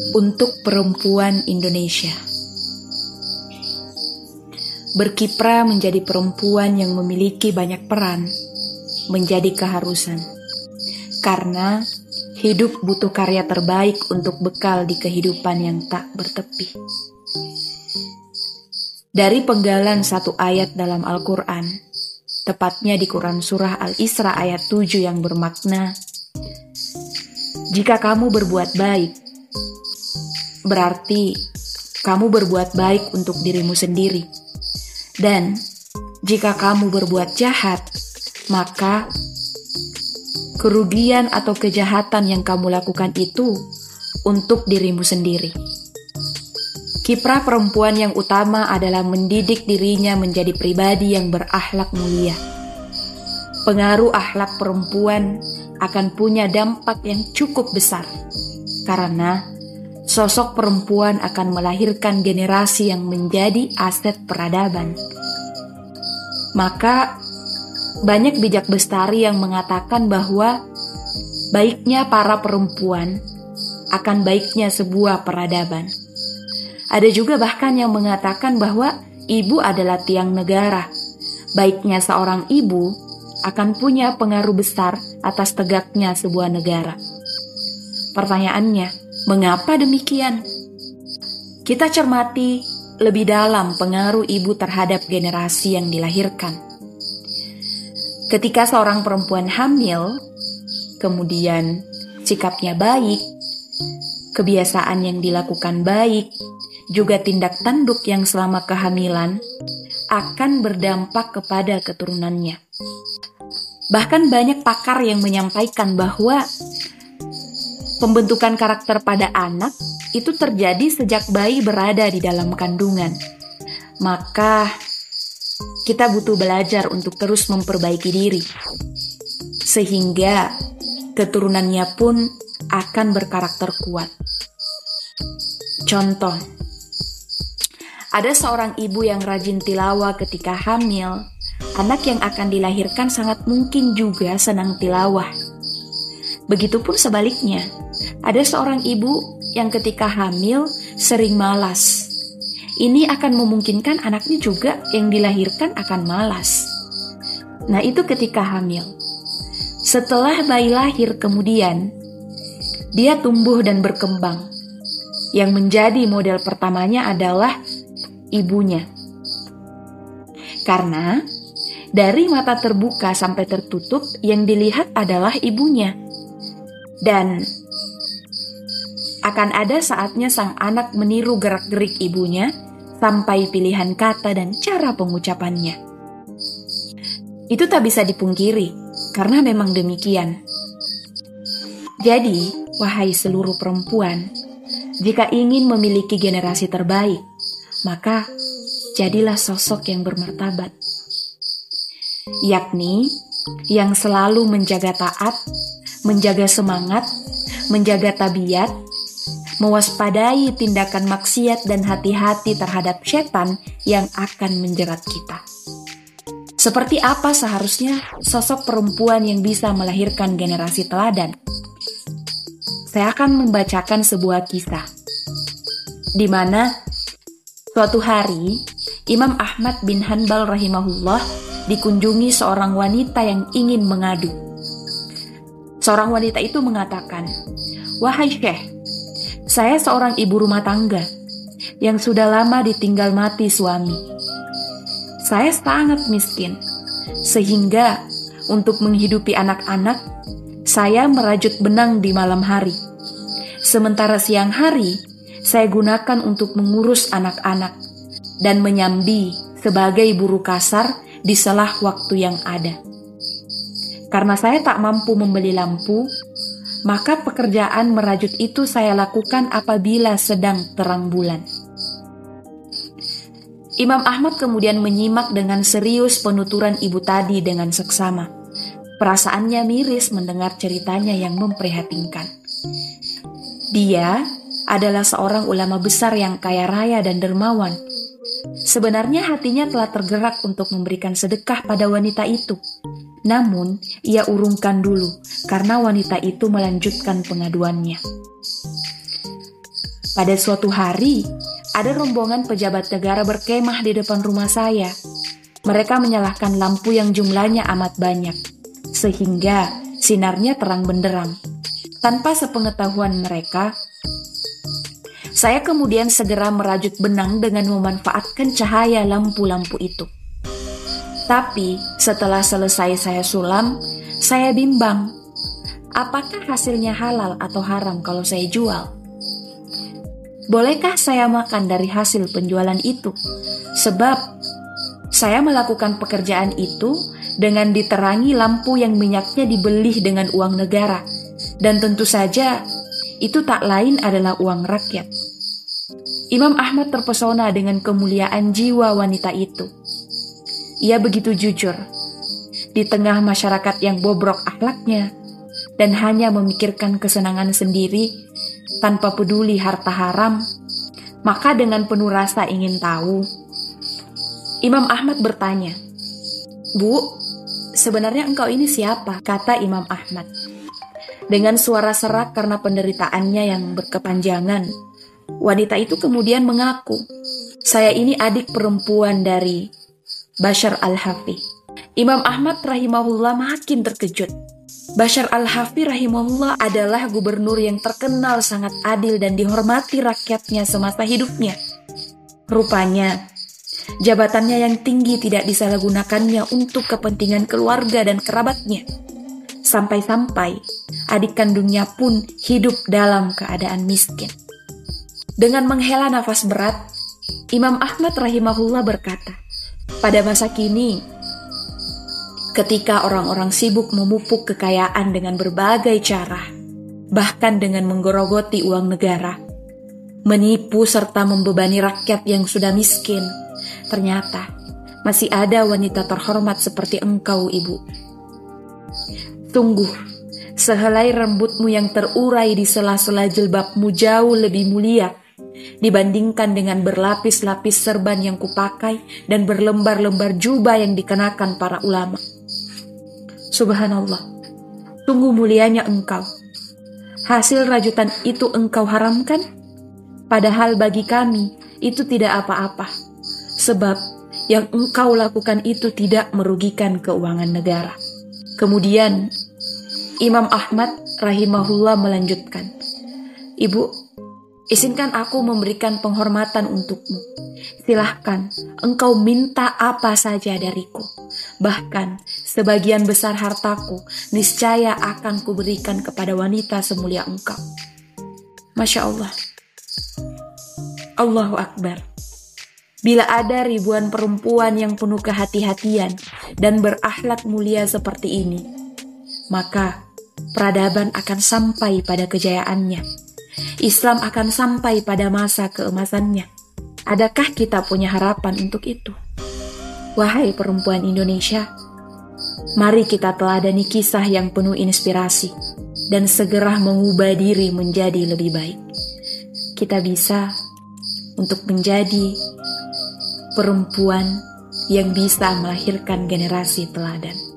untuk perempuan Indonesia. Berkiprah menjadi perempuan yang memiliki banyak peran menjadi keharusan, karena hidup butuh karya terbaik untuk bekal di kehidupan yang tak bertepi. Dari penggalan satu ayat dalam Al-Quran, tepatnya di Quran Surah Al-Isra ayat 7 yang bermakna, jika kamu berbuat baik, berarti kamu berbuat baik untuk dirimu sendiri. Dan jika kamu berbuat jahat, maka kerugian atau kejahatan yang kamu lakukan itu untuk dirimu sendiri. Kiprah perempuan yang utama adalah mendidik dirinya menjadi pribadi yang berakhlak mulia. Pengaruh akhlak perempuan akan punya dampak yang cukup besar, karena sosok perempuan akan melahirkan generasi yang menjadi aset peradaban. Maka banyak bijak bestari yang mengatakan bahwa baiknya para perempuan akan baiknya sebuah peradaban. Ada juga bahkan yang mengatakan bahwa ibu adalah tiang negara. Baiknya seorang ibu akan punya pengaruh besar atas tegaknya sebuah negara. Pertanyaannya, mengapa demikian? Kita cermati lebih dalam pengaruh ibu terhadap generasi yang dilahirkan. Ketika seorang perempuan hamil, kemudian sikapnya baik, kebiasaan yang dilakukan baik, juga tindak tanduk yang selama kehamilan akan berdampak kepada keturunannya. Bahkan banyak pakar yang menyampaikan bahwa pembentukan karakter pada anak itu terjadi sejak bayi berada di dalam kandungan. Maka kita butuh belajar untuk terus memperbaiki diri, sehingga keturunannya pun akan berkarakter kuat. Contoh, ada seorang ibu yang rajin tilawah ketika hamil. Anak yang akan dilahirkan sangat mungkin juga senang tilawah. Begitupun sebaliknya, ada seorang ibu yang ketika hamil sering malas. Ini akan memungkinkan anaknya juga yang dilahirkan akan malas. Nah, itu ketika hamil. Setelah bayi lahir kemudian, dia tumbuh dan berkembang. Yang menjadi model pertamanya adalah ibunya. Karena dari mata terbuka sampai tertutup yang dilihat adalah ibunya. Dan akan ada saatnya sang anak meniru gerak-gerik ibunya sampai pilihan kata dan cara pengucapannya. Itu tak bisa dipungkiri, karena memang demikian. Jadi, wahai seluruh perempuan, jika ingin memiliki generasi terbaik, maka jadilah sosok yang bermartabat, yakni yang selalu menjaga taat, menjaga semangat, menjaga tabiat, mewaspadai tindakan maksiat dan hati-hati terhadap setan yang akan menjerat kita. Seperti apa seharusnya sosok perempuan yang bisa melahirkan generasi teladan? Saya akan membacakan sebuah kisah, di mana suatu hari Imam Ahmad bin Hanbal rahimahullah dikunjungi seorang wanita yang ingin mengadu. Seorang wanita itu mengatakan, "Wahai Syekh, saya seorang ibu rumah tangga yang sudah lama ditinggal mati suami. Saya sangat miskin, sehingga untuk menghidupi anak-anak, saya merajut benang di malam hari. Sementara siang hari, saya gunakan untuk mengurus anak-anak dan menyambi sebagai buruh kasar di selah waktu yang ada. Karena saya tak mampu membeli lampu, maka pekerjaan merajut itu saya lakukan apabila sedang terang bulan." Imam Ahmad kemudian menyimak dengan serius penuturan ibu tadi dengan seksama. Perasaannya miris mendengar ceritanya yang memprihatinkan. Dia adalah seorang ulama besar yang kaya raya dan dermawan. Sebenarnya hatinya telah tergerak untuk memberikan sedekah pada wanita itu. Namun, ia urungkan dulu karena wanita itu melanjutkan pengaduannya. Pada suatu hari, ada rombongan pejabat negara berkemah di depan rumah saya. Mereka menyalakan lampu yang jumlahnya amat banyak, sehingga sinarnya terang benderang. Tanpa sepengetahuan mereka, saya kemudian segera merajut benang dengan memanfaatkan cahaya lampu-lampu itu. Tapi setelah selesai saya sulam, saya bimbang. Apakah hasilnya halal atau haram kalau saya jual? Bolehkah saya makan dari hasil penjualan itu? Sebab saya melakukan pekerjaan itu dengan diterangi lampu yang minyaknya dibeli dengan uang negara. Dan tentu saja itu tak lain adalah uang rakyat. Imam Ahmad terpesona dengan kemuliaan jiwa wanita itu. Ia begitu jujur, di tengah masyarakat yang bobrok akhlaknya, dan hanya memikirkan kesenangan sendiri, tanpa peduli harta haram. Maka dengan penuh rasa ingin tahu, Imam Ahmad bertanya, "Bu, sebenarnya engkau ini siapa?" kata Imam Ahmad. Dengan suara serak karena penderitaannya yang berkepanjangan, wanita itu kemudian mengaku, "Saya ini adik perempuan dari Bashar al-Hafi." Imam Ahmad rahimahullah makin terkejut. Bashar al-Hafi rahimahullah adalah gubernur yang terkenal sangat adil dan dihormati rakyatnya semasa hidupnya. Rupanya, jabatannya yang tinggi tidak disalahgunakannya untuk kepentingan keluarga dan kerabatnya. Sampai-sampai adik kandungnya pun hidup dalam keadaan miskin. Dengan menghela nafas berat, Imam Ahmad rahimahullah berkata, pada masa kini, ketika orang-orang sibuk memupuk kekayaan dengan berbagai cara, bahkan dengan menggerogoti uang negara, menipu serta membebani rakyat yang sudah miskin, ternyata masih ada wanita terhormat seperti engkau, Ibu. Sungguh, sehelai rambutmu yang terurai di sela-sela jilbabmu jauh lebih mulia dibandingkan dengan berlapis-lapis serban yang kupakai dan berlembar-lembar jubah yang dikenakan para ulama. Subhanallah, sungguh mulianya engkau. Hasil rajutan itu engkau haramkan, padahal bagi kami itu tidak apa-apa, sebab yang engkau lakukan itu tidak merugikan keuangan negara. Kemudian Imam Ahmad rahimahullah melanjutkan, Ibu, izinkan aku memberikan penghormatan untukmu. Silahkan, engkau minta apa saja dariku. Bahkan, sebagian besar hartaku niscaya akan kuberikan kepada wanita semulia engkau. Masya Allah. Allahu Akbar. Bila ada ribuan perempuan yang penuh kehati-hatian dan berakhlak mulia seperti ini, maka peradaban akan sampai pada kejayaannya. Islam akan sampai pada masa keemasannya. Adakah kita punya harapan untuk itu? Wahai perempuan Indonesia, mari kita teladani kisah yang penuh inspirasi dan segera mengubah diri menjadi lebih baik. Kita bisa untuk menjadi perempuan yang bisa melahirkan generasi teladan.